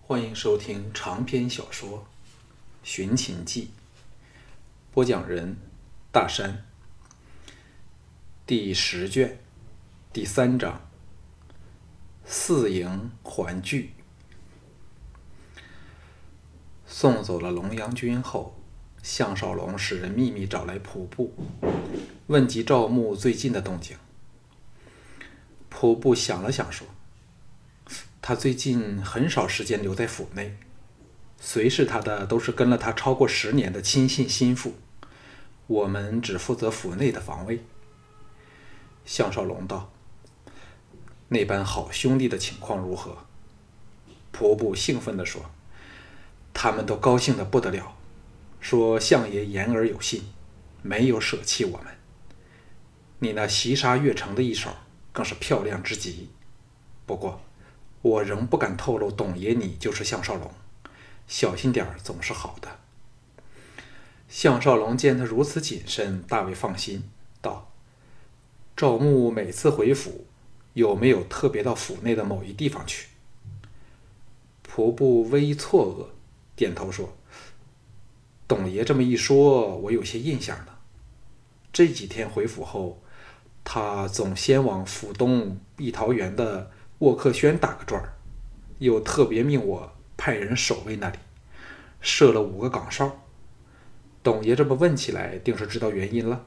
欢迎收听长篇小说《寻秦记》，播讲人大山，第10卷第3章四营还聚。送走了龙阳君后，项少龙使人秘密找来仆部，问及赵牧最近的动静。仆部想了想说，他最近很少时间留在府内，随侍他的都是跟了他超过10年的亲信心腹，我们只负责府内的防卫。项少龙道：那般好兄弟的情况如何？仆部兴奋地说，他们都高兴得不得了，说相爷言而有信，没有舍弃我们。你那袭杀越城的一手更是漂亮之极，不过我仍不敢透露董爷你就是项少龙，小心点总是好的。项少龙见他如此谨慎，大为放心，道：赵牧每次回府，有没有特别到府内的某一地方去？仆部微错愕，点头说：董爷这么一说，我有些印象呢。这几天回府后，他总先往府东碧桃园的沃克轩打个转，又特别命我派人守卫那里，设了5个岗哨。董爷这么问起来，定是知道原因了。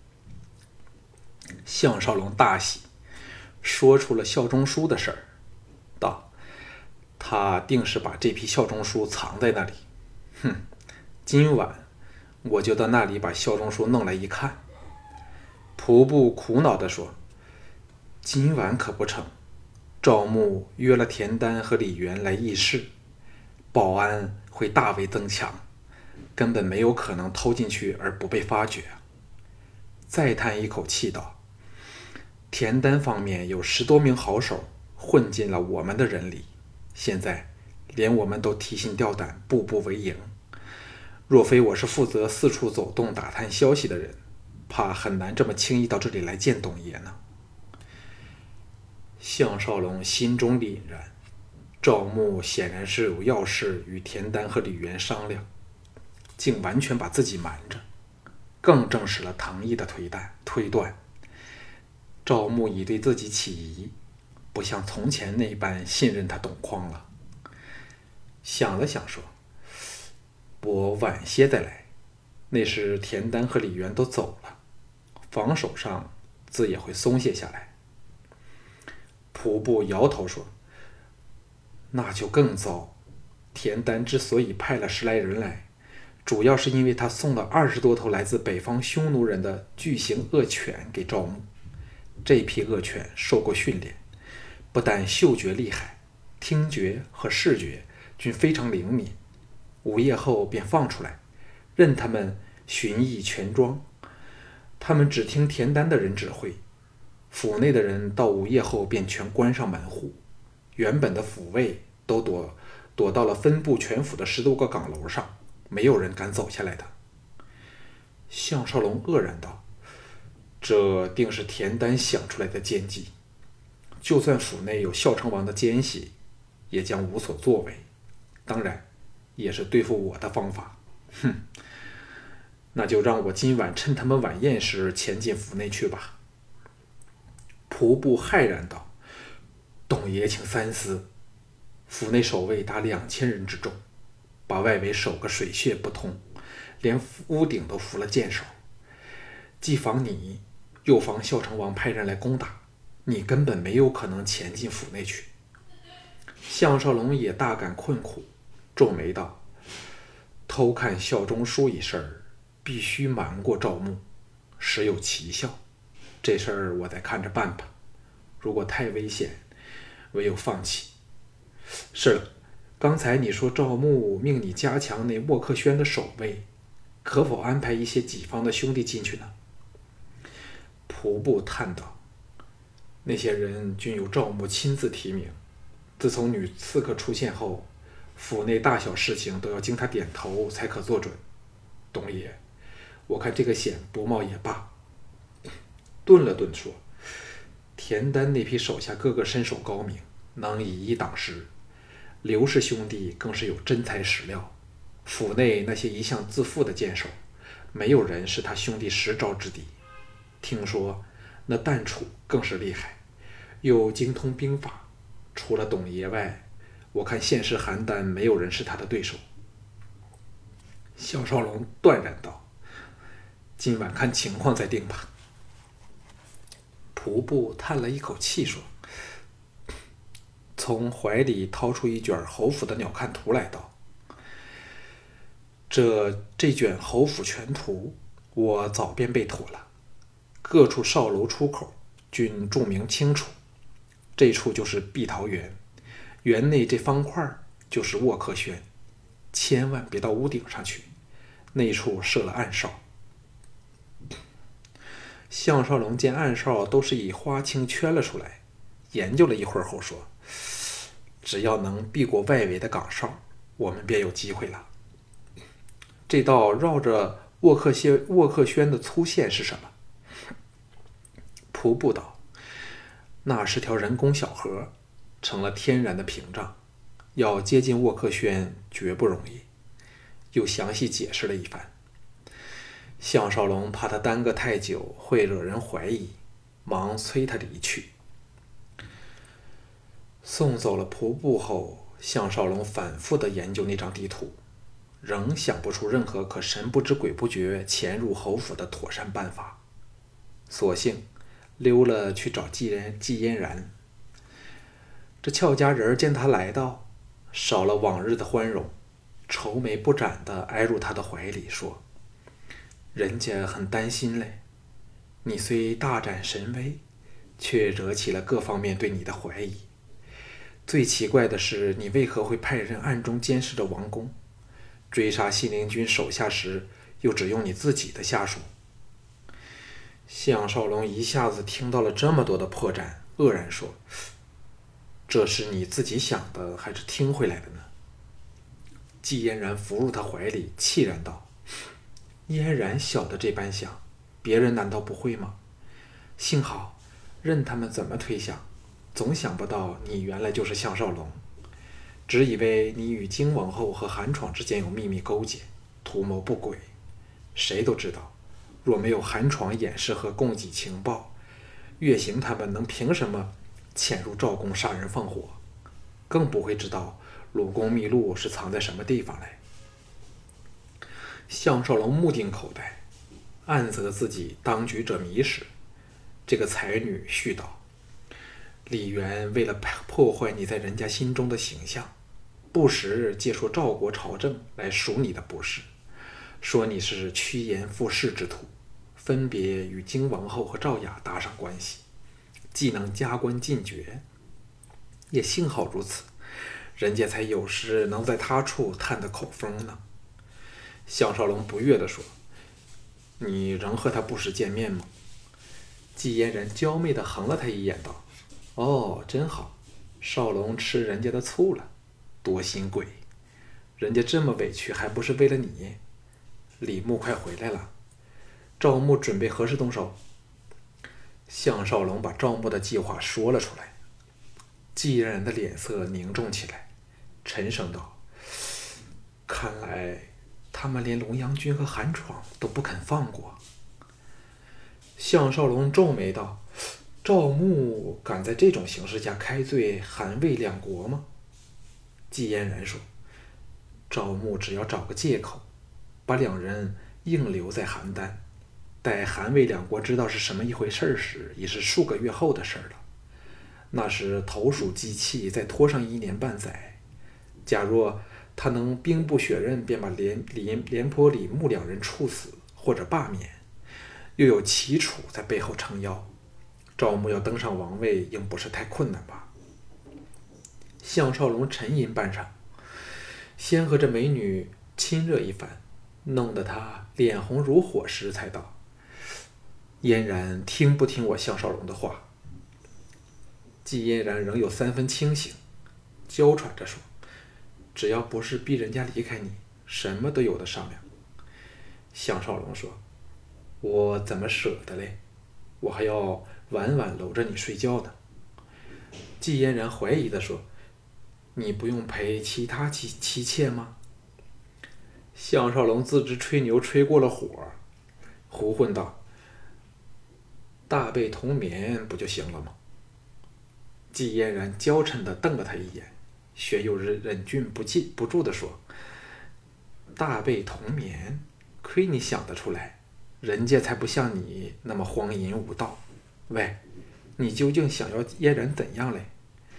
项少龙大喜，说出了效忠书的事儿，道：他定是把这批效忠书藏在那里。今晚我就到那里把效忠书弄来一看。仆部苦恼地说：今晚可不成，赵牧约了田丹和李元来议事，保安会大为增强，根本没有可能偷进去而不被发觉。再叹一口气道：田丹方面有10多名好手混进了我们的人里，现在连我们都提心吊胆，步步为营。若非我是负责四处走动打探消息的人，怕很难这么轻易到这里来见董爷呢。项少龙心中凛然，赵牧显然是有要事与田丹和李元商量，竟完全把自己瞒着，更证实了唐毅的推断。赵牧已对自己起疑，不像从前那般信任他董匡了。想了想说：我晚些再来，那时田丹和李元都走了，防守上自也会松懈下来。仆部摇头说：那就更糟，田丹之所以派了10来人来，主要是因为他送了20多头来自北方匈奴人的巨型恶犬给赵牧。这批恶犬受过训练，不但嗅觉厉害，听觉和视觉均非常灵敏，午夜后便放出来，任他们巡弋全庄。他们只听田丹的人指挥，府内的人到午夜后便全关上门户，原本的府卫都躲到了分布全府的10多个岗楼上，没有人敢走下来的。项少龙愕然道：这定是田丹想出来的奸计，就算府内有孝成王的奸细，也将无所作为，当然也是对付我的方法。那就让我今晚趁他们晚宴时潜进府内去吧。仆部骇然道：董爷请三思，府内守卫达2000人之众，把外围守个水泄不通，连屋顶都伏了箭手，既防你，又防孝成王派人来攻打，你根本没有可能潜进府内去。项少龙也大感困苦，皱眉道：偷看效忠书一事必须瞒过赵牧，实有奇效，这事儿我再看着办吧，如果太危险，唯有放弃。是了，刚才你说赵牧命你加强那沃克轩的守卫，可否安排一些己方的兄弟进去呢？仆部叹道：那些人均由赵牧亲自提名，自从女刺客出现后，府内大小事情都要经他点头才可做准。董爷，我看这个险不冒也罢。顿了顿说：田丹那批手下个个身手高明，能以一挡十， 刘氏兄弟更是有真材实料，府内那些一向自负的剑手，没有人是他兄弟10招之敌。听说那旦楚更是厉害，又精通兵法，除了董爷外，我看现时邯郸没有人是他的对手。项少龙断然道：“今晚看情况再定吧。”仆部叹了一口气说，从怀里掏出一卷侯府的鸟瞰图来道：“这卷侯府全图，我早便备妥了，各处哨楼出口均注明清楚。这处就是碧桃园，园内这方块就是卧客轩，千万别到屋顶上去，那处设了暗哨。”项少龙见暗哨都是以花青圈了出来，研究了一会儿后说：“只要能避过外围的岗哨，我们便有机会了。这道绕着卧客轩的粗线是什么？”仆部道：“那是条人工小河，成了天然的屏障，要接近卧客轩绝不容易。”又详细解释了一番。项少龙怕他耽搁太久会惹人怀疑，忙催他离去。送走了仆部后，项少龙反复地研究那张地图，仍想不出任何可神不知鬼不觉潜入侯府的妥善办法，索性溜了去找季嫣然。这俏佳人见他来到，少了往日的欢容，愁眉不展地挨入他的怀里说：“人家很担心嘞，你虽大展神威，却惹起了各方面对你的怀疑。最奇怪的是，你为何会派人暗中监视着王宫，追杀信陵君手下时，又只用你自己的下属？”项少龙一下子听到了这么多的破绽，愕然说：“这是你自己想的，还是听回来的呢？”季嫣然伏入他怀里，凄然道：“嫣然晓得这般想，别人难道不会吗？幸好，任他们怎么推想，总想不到你原来就是项少龙，只以为你与荆王后和韩闯之间有秘密勾结，图谋不轨。谁都知道，若没有韩闯掩饰和供给情报，岳行他们能凭什么潜入赵宫杀人放火？更不会知道鲁公秘录是藏在什么地方来。”项少龙目定口呆，暗责自己当局者迷时。这个才女絮道：“李渊为了破坏你在人家心中的形象，不时借说赵国朝政来赎你的不是，说你是趋炎附势之徒，分别与荆王后和赵雅搭上关系，既能加官进爵，也幸好如此，人家才有时能在他处探得口风呢。”项少龙不悦地说：“你仍和他不时见面吗？”季嫣然娇媚地横了他一眼道：“哦，真好，少龙吃人家的醋了，多心鬼！人家这么委屈，还不是为了你？李牧快回来了，赵牧准备何时动手？”项少龙把赵牧的计划说了出来。季嫣然的脸色凝重起来，沉声道：“看来他们连龙阳君和韩闯都不肯放过。”项少龙皱眉道：“赵牧敢在这种形势下开罪韩魏两国吗？”季嫣然说：“赵牧只要找个借口，把两人硬留在邯郸，待韩魏两国知道是什么一回事时，已是数个月后的事了。那时投鼠忌器，再拖上1年半载。假若他能兵不血刃便把廉颇、李牧两人处死或者罢免，又有齐楚在背后撑腰，赵牧要登上王位应不是太困难吧？”项少龙沉吟半晌，先和这美女亲热一番，弄得他脸红如火时，才道：“嫣然听不听我项少龙的话？”季嫣然仍有3分清醒，娇喘着说：“只要不是逼人家离开你，什么都有的商量。”项少龙说：“我怎么舍得嘞？我还要晚晚搂着你睡觉呢。”季嫣然怀疑地说：“ 你不用陪其他妻妾吗？项少龙自知吹牛吹过了火，胡混道：“大被同眠不就行了吗？”季嫣然娇嗔地瞪了他一眼，却又忍俊不住地说：“大被同眠，亏你想得出来，人家才不像你那么荒淫无道。喂，你究竟想要嫣然怎样嘞？”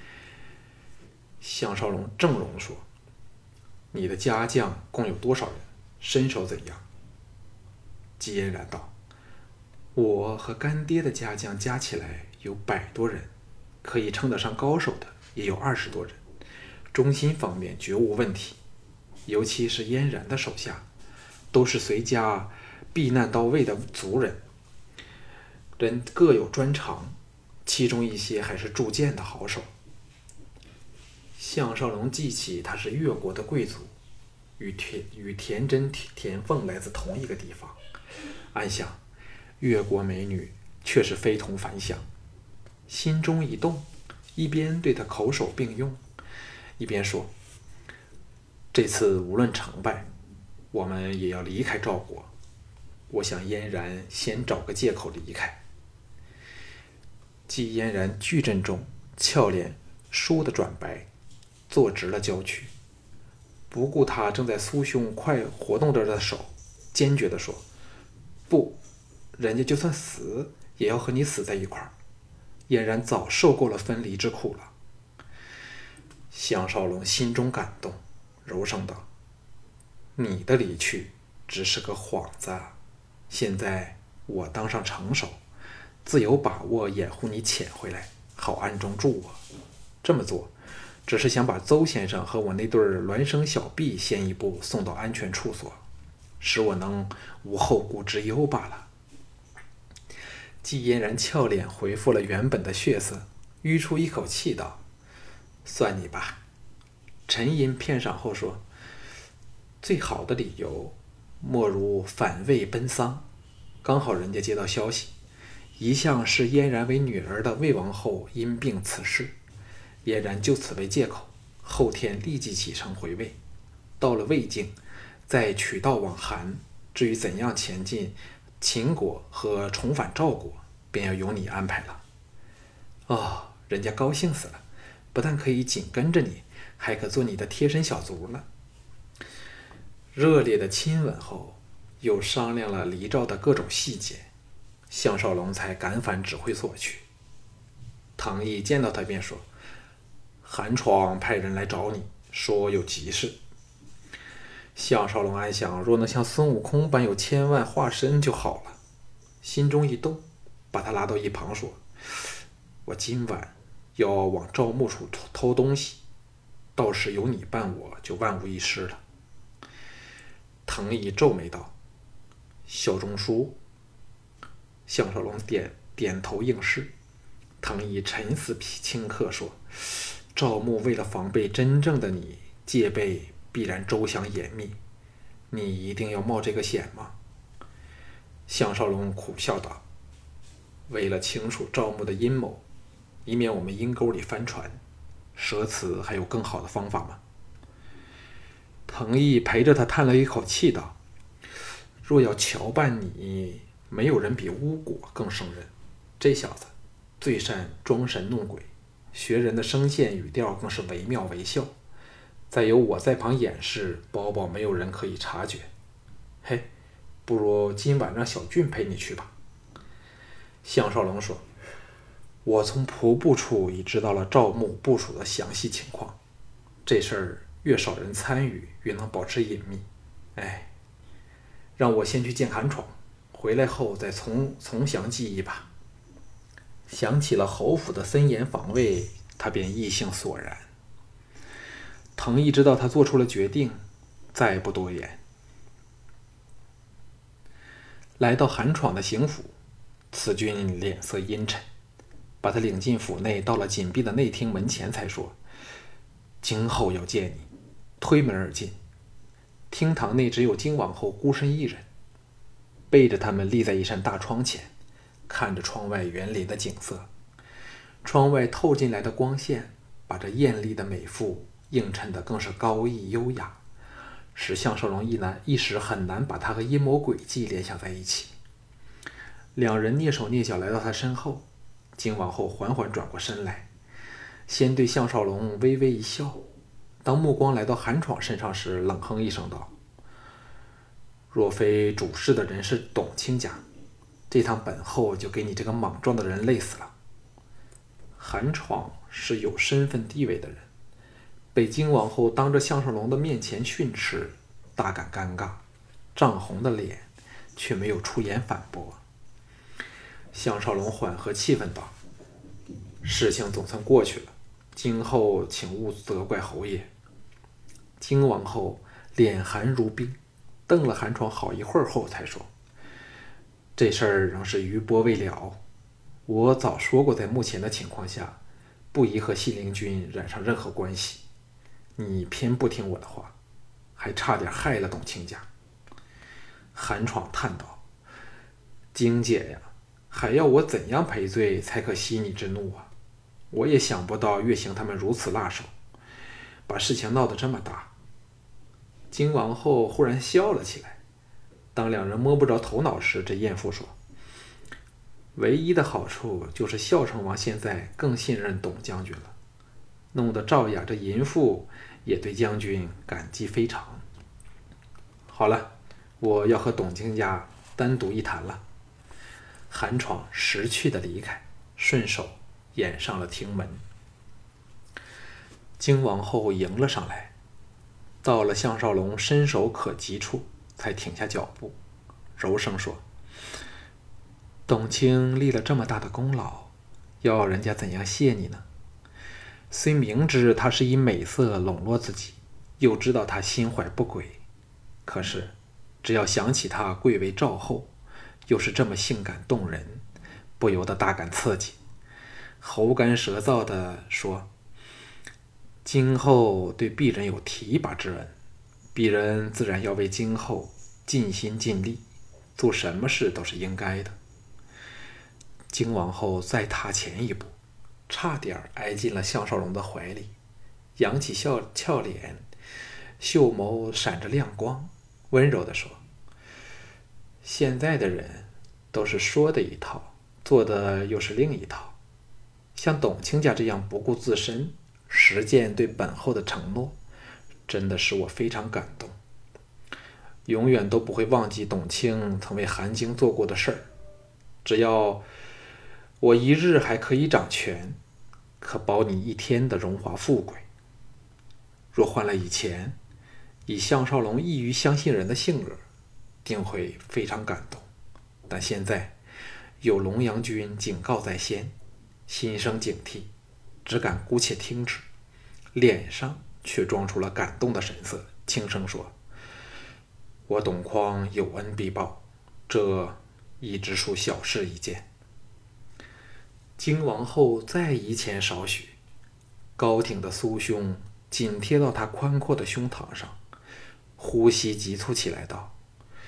项少龙正容说：“你的家将共有多少人？身手怎样？”季嫣然道：“我和干爹的家将加起来有100多人，可以称得上高手的也有20多人，忠心方面绝无问题。尤其是嫣然的手下，都是随家避难到位的族人，人各有专长，其中一些还是铸剑的好手。”项少龙记起他是越国的贵族，与田真、田凤来自同一个地方，暗想越国美女确实非同凡响，心中一动，一边对他口手并用，一边说：“这次无论成败，我们也要离开赵国。我想嫣然先找个借口离开。”季嫣然巨阵中，俏脸倏地转白，坐直了娇躯，不顾他正在酥胸快活动着的手，坚决地说：“不，人家就算死，也要和你死在一块儿。嫣然早受够了分离之苦了。”项少龙心中感动，柔声道：“你的离去只是个幌子啊，现在我当上城守，自有把握掩护你潜回来，好暗中助我。这么做只是想把邹先生和我那对孪生小婢先一步送到安全处所，使我能无后顾之忧罢了。”季嫣然俏脸恢复了原本的血色，吁出一口气道：“算你吧。”沉吟片晌后说：“最好的理由莫如反魏奔丧，刚好人家接到消息，一向视嫣然为女儿的魏王后因病辞世，嫣然就此为借口，后天立即启程回魏，到了魏境，再取道往韩。至于怎样前进秦国和重返赵国，便要由你安排了。”哦，人家高兴死了，不但可以紧跟着你，还可做你的贴身小卒呢。热烈的亲吻后，又商量了离赵的各种细节，项少龙才赶返指挥所去。唐毅见到他便说：“韩闯派人来找你，说有急事。”项少龙暗想，若能像孙悟空般有千万化身就好了，心中一动，把他拉到一旁说：“我今晚要往赵牧处偷东西，到时由你伴我，就万无一失了。”藤毅皱眉道：“小中书。”项少龙点头应是。藤毅沉思顷刻说：“赵牧为了防备真正的你，戒备必然周详严密，你一定要冒这个险吗？”项少龙苦笑道：“为了清楚赵牧的阴谋，以免我们阴沟里翻船，舍此还有更好的方法吗？”藤毅陪着他叹了一口气道：“若要乔办你，没有人比巫果更胜任。这小子最善装神弄鬼，学人的声线语调更是惟妙惟肖。再有我在旁掩饰，保保没有人可以察觉。嘿，不如今晚让小俊陪你去吧。”项少龙说：“我从仆部处已知道了赵牧部署的详细情况，这事儿越少人参与，越能保持隐秘。哎，让我先去见韩闯，回来后再从详记忆吧。”想起了侯府的森严防卫，他便意兴索然。藤毅知道他做出了决定，再不多言。来到韩闯的刑府，此君脸色阴沉，把他领进府内，到了紧闭的内厅门前，才说：“京后要见你。”推门而进，厅堂内只有京王后孤身一人，背着他们立在一扇大窗前，看着窗外园林的景色。窗外透进来的光线把这艳丽的美妇映衬的更是高逸优雅，使项少龙一时很难把他和阴谋诡计联想在一起。两人蹑手蹑脚来到他身后，金王后缓缓转过身来，先对项少龙微微一笑，当目光来到韩闯身上时，冷哼一声道：“若非主事的人是董卿家，这趟本后就给你这个莽撞的人累死了。”韩闯是有身份地位的人，被金王后当着项少龙的面前训斥，大感尴尬，涨红的脸却没有出言反驳。项少龙缓和气氛道：“事情总算过去了，今后请勿责怪侯爷。”金王后脸寒如冰，瞪了韩闯好一会儿后才说：“这事儿仍是余波未了。我早说过，在目前的情况下，不宜和信陵君染上任何关系。你偏不听我的话，还差点害了董卿家。”韩闯叹道：“金姐呀，还要我怎样赔罪才可息你之怒啊？我也想不到月行他们如此辣手，把事情闹得这么大。”金王后忽然笑了起来，当两人摸不着头脑时，这艳妇说：“唯一的好处就是孝成王现在更信任董将军了，弄得赵雅这淫妇也对将军感激非常。好了，我要和董卿家单独一谈了。”韩闯识趣的离开，顺手掩上了厅门。金王后迎了上来，到了项少龙伸手可及处，才停下脚步，柔声说：“董卿立了这么大的功劳，要人家怎样谢你呢？虽明知他是以美色笼络自己，又知道他心怀不轨，可是只要想起他贵为赵后，又是这么性感动人，不由得大感刺激，喉干舌燥地说：今后对鄙人有提拔之恩，鄙人自然要为今后尽心尽力，做什么事都是应该的。”金王后再踏前一步，差点挨进了项少龙的怀里，扬起俏脸，秀眸闪着亮光，温柔地说：“现在的人都是说的一套，做的又是另一套。像董卿家这样不顾自身，实践对本后的承诺，真的使我非常感动。永远都不会忘记董卿曾为韩京做过的事儿。只要我一日还可以掌权，可保你一天的荣华富贵。若换了以前，以项少龙易于相信人的性格，定会非常感动。但现在有龙阳君警告在先，心生警惕，只敢姑且听之，脸上却装出了感动的神色，轻声说：我董匡有恩必报，这亦只属小事一件。金王后再移前少许，高挺的酥胸紧贴到他宽阔的胸膛上，呼吸急促起来，道：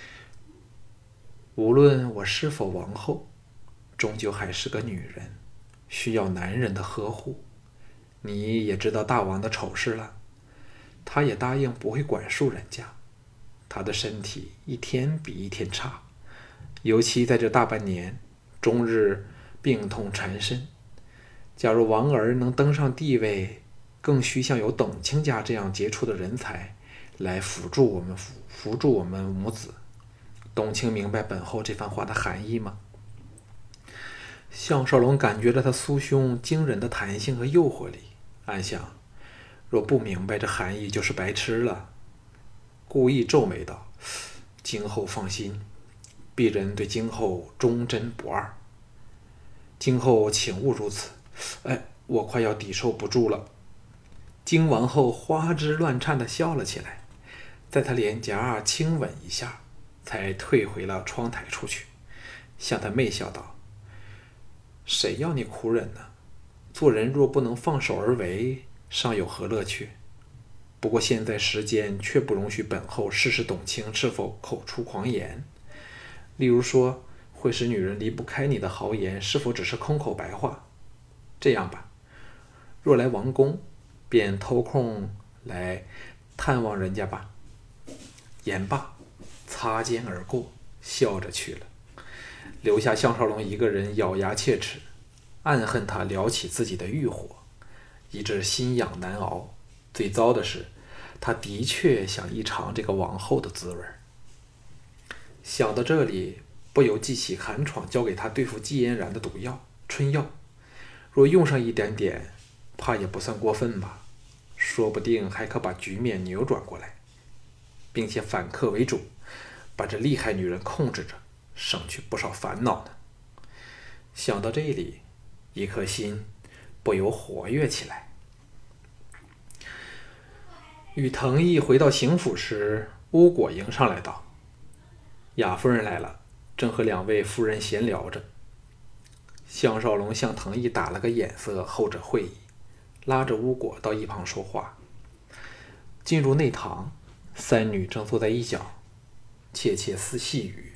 无论我是否王后，终究还是个女人，需要男人的呵护。你也知道大王的丑事了，他也答应不会管束人家。他的身体一天比一天差，尤其在这大半年，终日病痛缠身。假如王儿能登上帝位，更需像有董卿家这样杰出的人才来辅助我们母子。董卿明白本后这番话的含义吗？项少龙感觉着他酥胸惊人的弹性和诱惑力，暗想：若不明白这含义，就是白痴了。故意皱眉道：今后放心，鄙人对今后忠贞不二。今后请勿如此。我快要抵受不住了。金王后花枝乱颤地笑了起来，在他脸颊轻吻一下，才退回了窗台出去，向他媚笑道：谁要你苦忍呢？做人若不能放手而为，尚有何乐趣？不过现在时间却不容许本后试试董卿是否口出狂言，例如说会使女人离不开你的豪言是否只是空口白话。这样吧，若来王宫，便偷空来探望人家吧。”言罢，擦肩而过，笑着去了，留下项少龙一个人咬牙切齿，暗恨他撩起自己的欲火，以致心痒难熬。最糟的是，他的确想一尝这个王后的滋味。想到这里，不由记起韩闯交给他对付季嫣然的毒药春药，若用上一点点，怕也不算过分吧，说不定还可把局面扭转过来，并且反客为主，把这厉害女人控制着，省去不少烦恼呢。想到这里，一颗心不由活跃起来。与藤毅回到邢府时，巫果迎上来道：“雅夫人来了，正和两位夫人闲聊着。”项少龙向藤毅打了个眼色，后者会意，拉着巫果到一旁说话。进入内堂，三女正坐在一角，窃窃私细语。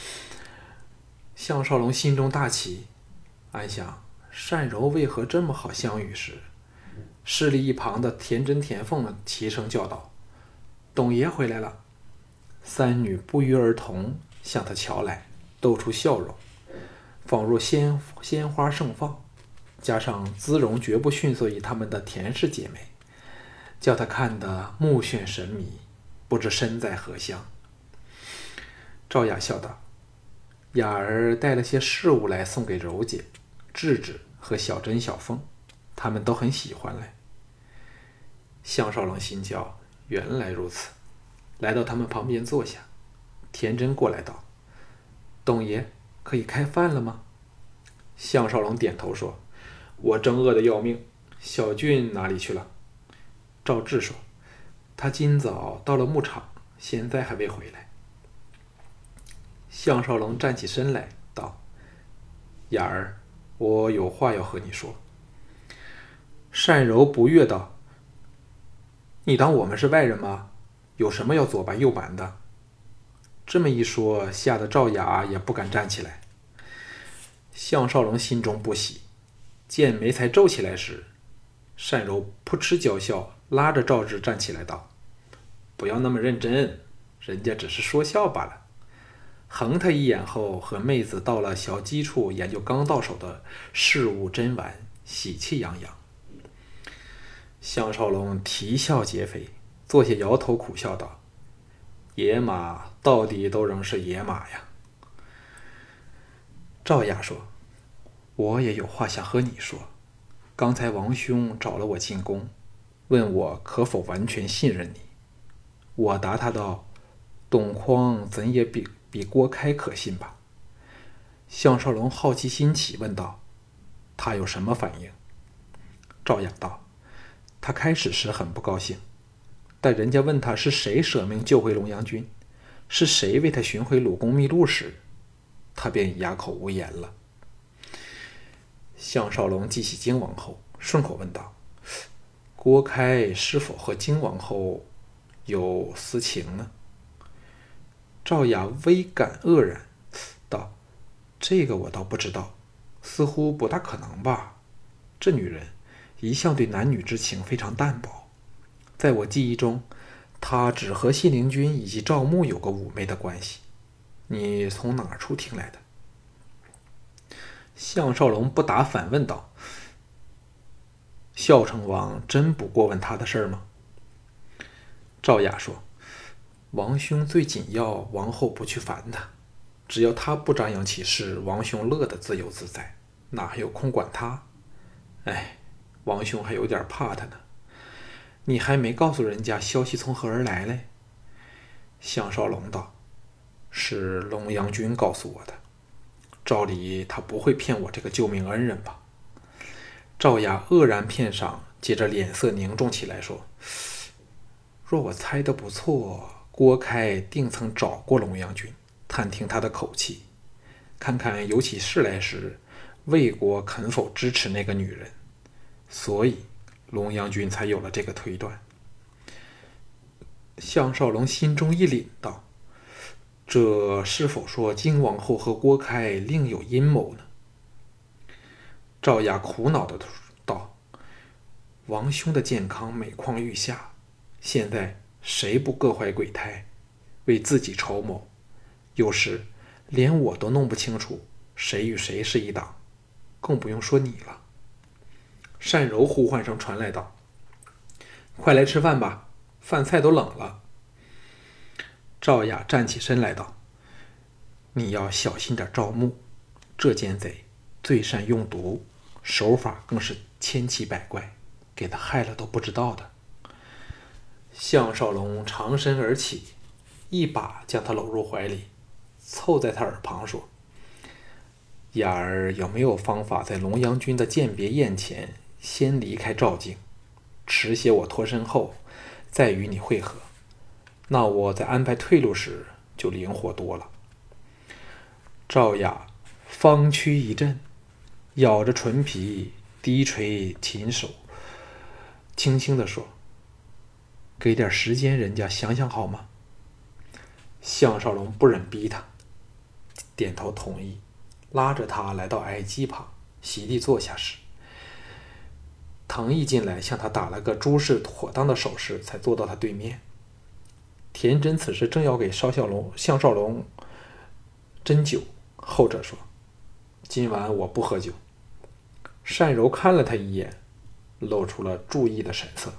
项少龙心中大奇，暗想单柔为何这么好相与时，势力一旁的田真田凤齐声叫道：“董爷回来了。”三女不约而同向他瞧来，露出笑容，仿若鲜花盛放，加上姿容绝不逊色于她们的田氏姐妹，叫他看得目眩神迷，不知身在何乡。赵雅笑道：“雅儿带了些事物来送给柔姐、智智和小珍、小凤，他们都很喜欢嘞。”项少龙心叫原来如此，来到他们旁边坐下。田真过来道：“董爷可以开饭了吗？”项少龙点头说：“我正饿得要命。小俊哪里去了？”赵志说：“他今早到了牧场，现在还未回来。”项少龙站起身来道：“雅儿，我有话要和你说。”单柔不悦道：“你当我们是外人吗？有什么要左瞒右瞒的？”这么一说，吓得赵雅也不敢站起来。项少龙心中不喜，见眉才皱起来时，单柔扑哧娇笑，拉着赵志站起来道：“不要那么认真，人家只是说笑罢了。”横他一眼后，和妹子到了小鸡处研究刚到手的事物珍玩，喜气洋洋。项少龙啼笑皆非，坐下摇头苦笑道：“野马到底都仍是野马呀。”赵雅说：“我也有话想和你说。刚才王兄找了我进宫，问我可否完全信任你。我答他道：董匡怎也比郭开可信吧？”项少龙好奇心起，问道：“他有什么反应？”赵雅道：“他开始时很不高兴，但人家问他是谁舍命救回龙阳君，是谁为他寻回鲁公秘录时，他便哑口无言了。”项少龙记起荆王后，顺口问道：“郭开是否和荆王后有私情呢？”赵雅微感愕然，道：“这个我倒不知道，似乎不大可能吧。这女人一向对男女之情非常淡薄，在我记忆中，她只和信陵君以及赵牧有个妩媚的关系。你从哪处听来的？”项少龙不答，反问道：“孝成王真不过问他的事儿吗？”赵雅说：“王兄最紧要王后不去烦他，只要他不张扬其事，王兄乐得自由自在，哪还有空管他？哎，王兄还有点怕他呢。你还没告诉人家消息从何而来嘞？”项少龙道：“是龙阳君告诉我的。照理他不会骗我这个救命恩人吧？”赵雅愕然片晌，接着脸色凝重起来，说：“若我猜得不错，郭开定曾找过龙阳君，探听他的口气，看看有起事来时，魏国肯否支持那个女人，所以龙阳君才有了这个推断。”项少龙心中一凛，道：“这是否说荆王后和郭开另有阴谋呢？”赵雅苦恼的道：“王兄的健康每况愈下， 现在谁不各怀鬼胎，为自己筹谋？有时连我都弄不清楚谁与谁是一党，更不用说你了。单柔呼唤声传来道：“快来吃饭吧，饭菜都冷了。”赵雅站起身来道：“你要小心点赵牧，这奸贼最善用毒，手法更是千奇百怪，给他害了都不知道的。”项少龙长身而起，一把将他搂入怀里，凑在他耳旁说：“雅儿有没有方法在龙阳君的饯别宴前先离开赵境，迟些我脱身后再与你会合，那我在安排退路时就灵活多了。”赵雅方躯一震，咬着唇皮，低垂琴手，轻轻地说：“给点时间人家想想好吗？”项少龙不忍逼他，点头同意，拉着他来到矮机旁，席地坐下时，藤毅进来向他打了个诸事妥当的手势，才坐到他对面。田真此时正要给项少龙斟酒，后者说：“今晚我不喝酒。”单柔看了他一眼，露出了注意的神色。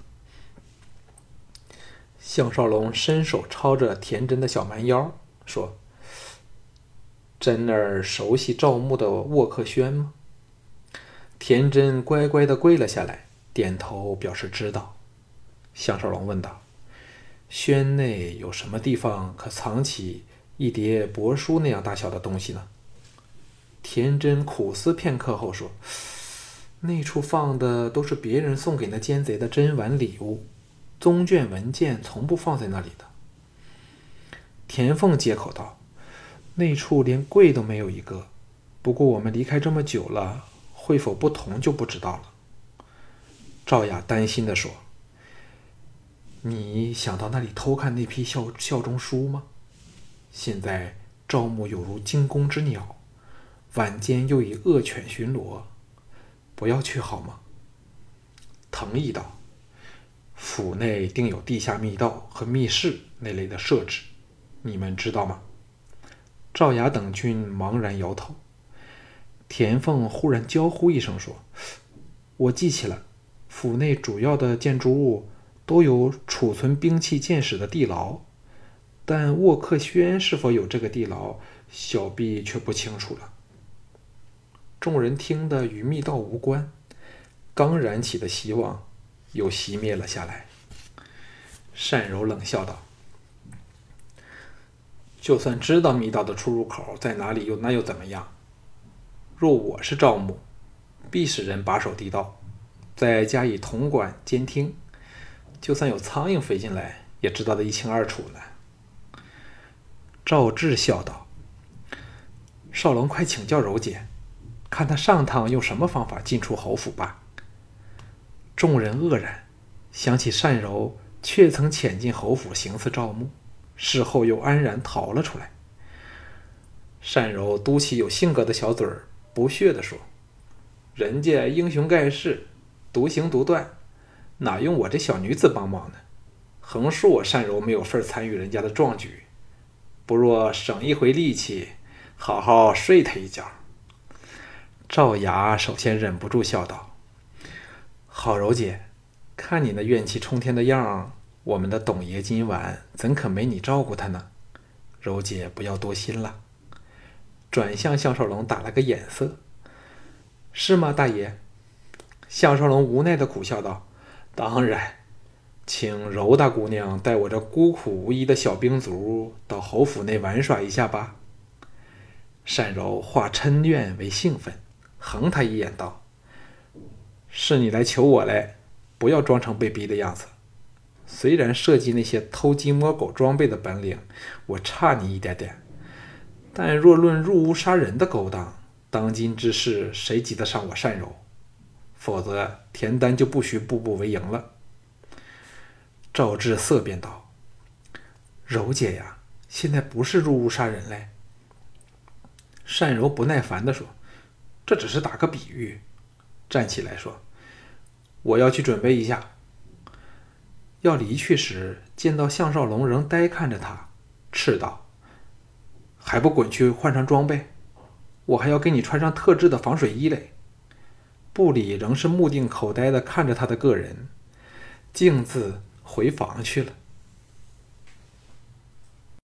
项少龙伸手抄着田真的小蛮腰，说：“真儿熟悉赵牧的沃克轩吗？”田真乖乖地跪了下来，点头表示知道。项少龙问道：“轩内有什么地方可藏起一叠帛书那样大小的东西呢？”田真苦思片刻后说：“那处放的都是别人送给那奸贼的珍玩礼物，宗卷文件从不放在那里的。”田凤接口道：“那处连柜都没有一个，不过我们离开这么久了，会否不同就不知道了。”赵雅担心地说：“你想到那里偷看那批效忠书吗？现在赵牧有如惊弓之鸟，晚间又以恶犬巡逻，不要去好吗？”藤毅道：“府内定有地下密道和密室那类的设置，你们知道吗？”赵雅等君茫然摇头。田凤忽然娇呼一声说：“我记起了，府内主要的建筑物都有储存兵器剑矢的地牢，但沃克轩是否有这个地牢，小婢却不清楚了。”众人听得与密道无关，刚燃起的希望又熄灭了下来。单柔冷笑道：“就算知道密道的出入口在哪里，那又怎么样？若我是赵牧，必使人把守地道，再加以统管监听，就算有苍蝇飞进来，也知道得一清二楚呢。”赵志笑道：“少龙快请教柔姐，看他上趟用什么方法进出侯府吧。”众人愕然，想起单柔确曾潜进侯府行刺赵牧，事后又安然逃了出来。单柔嘟起有性格的小嘴儿，不屑地说：“人家英雄盖世，独行独断，哪用我这小女子帮忙呢？横竖我单柔没有份参与人家的壮举，不若省一回力气，好好睡他一觉。”赵雅首先忍不住笑道：“好柔姐，看你那怨气冲天的样，我们的董爷今晚怎可没你照顾他呢？柔姐不要多心了。”转向项少龙打了个眼色：“是吗，大爷？”项少龙无奈地苦笑道：“当然，请柔大姑娘带我这孤苦无依的小兵卒到侯府内玩耍一下吧。”单柔化嗔怨为兴奋，横他一眼道：“是你来求我来，不要装成被逼的样子。虽然设计那些偷鸡摸狗装备的本领我差你一点点，但若论入屋杀人的勾当，当今之事谁及得上我单柔？否则田丹就不许步步为营了。”赵志色变道：“柔姐呀，现在不是入屋杀人嘞。”单柔不耐烦地说：“这只是打个比喻。”站起来说：“我要去准备一下。” 要离去时，见到项少龙仍呆看着他，斥道：“还不滚去换上装备？我还要给你穿上特制的防水衣嘞！”布里仍是目定口呆地看着他的个人，径自回房去了。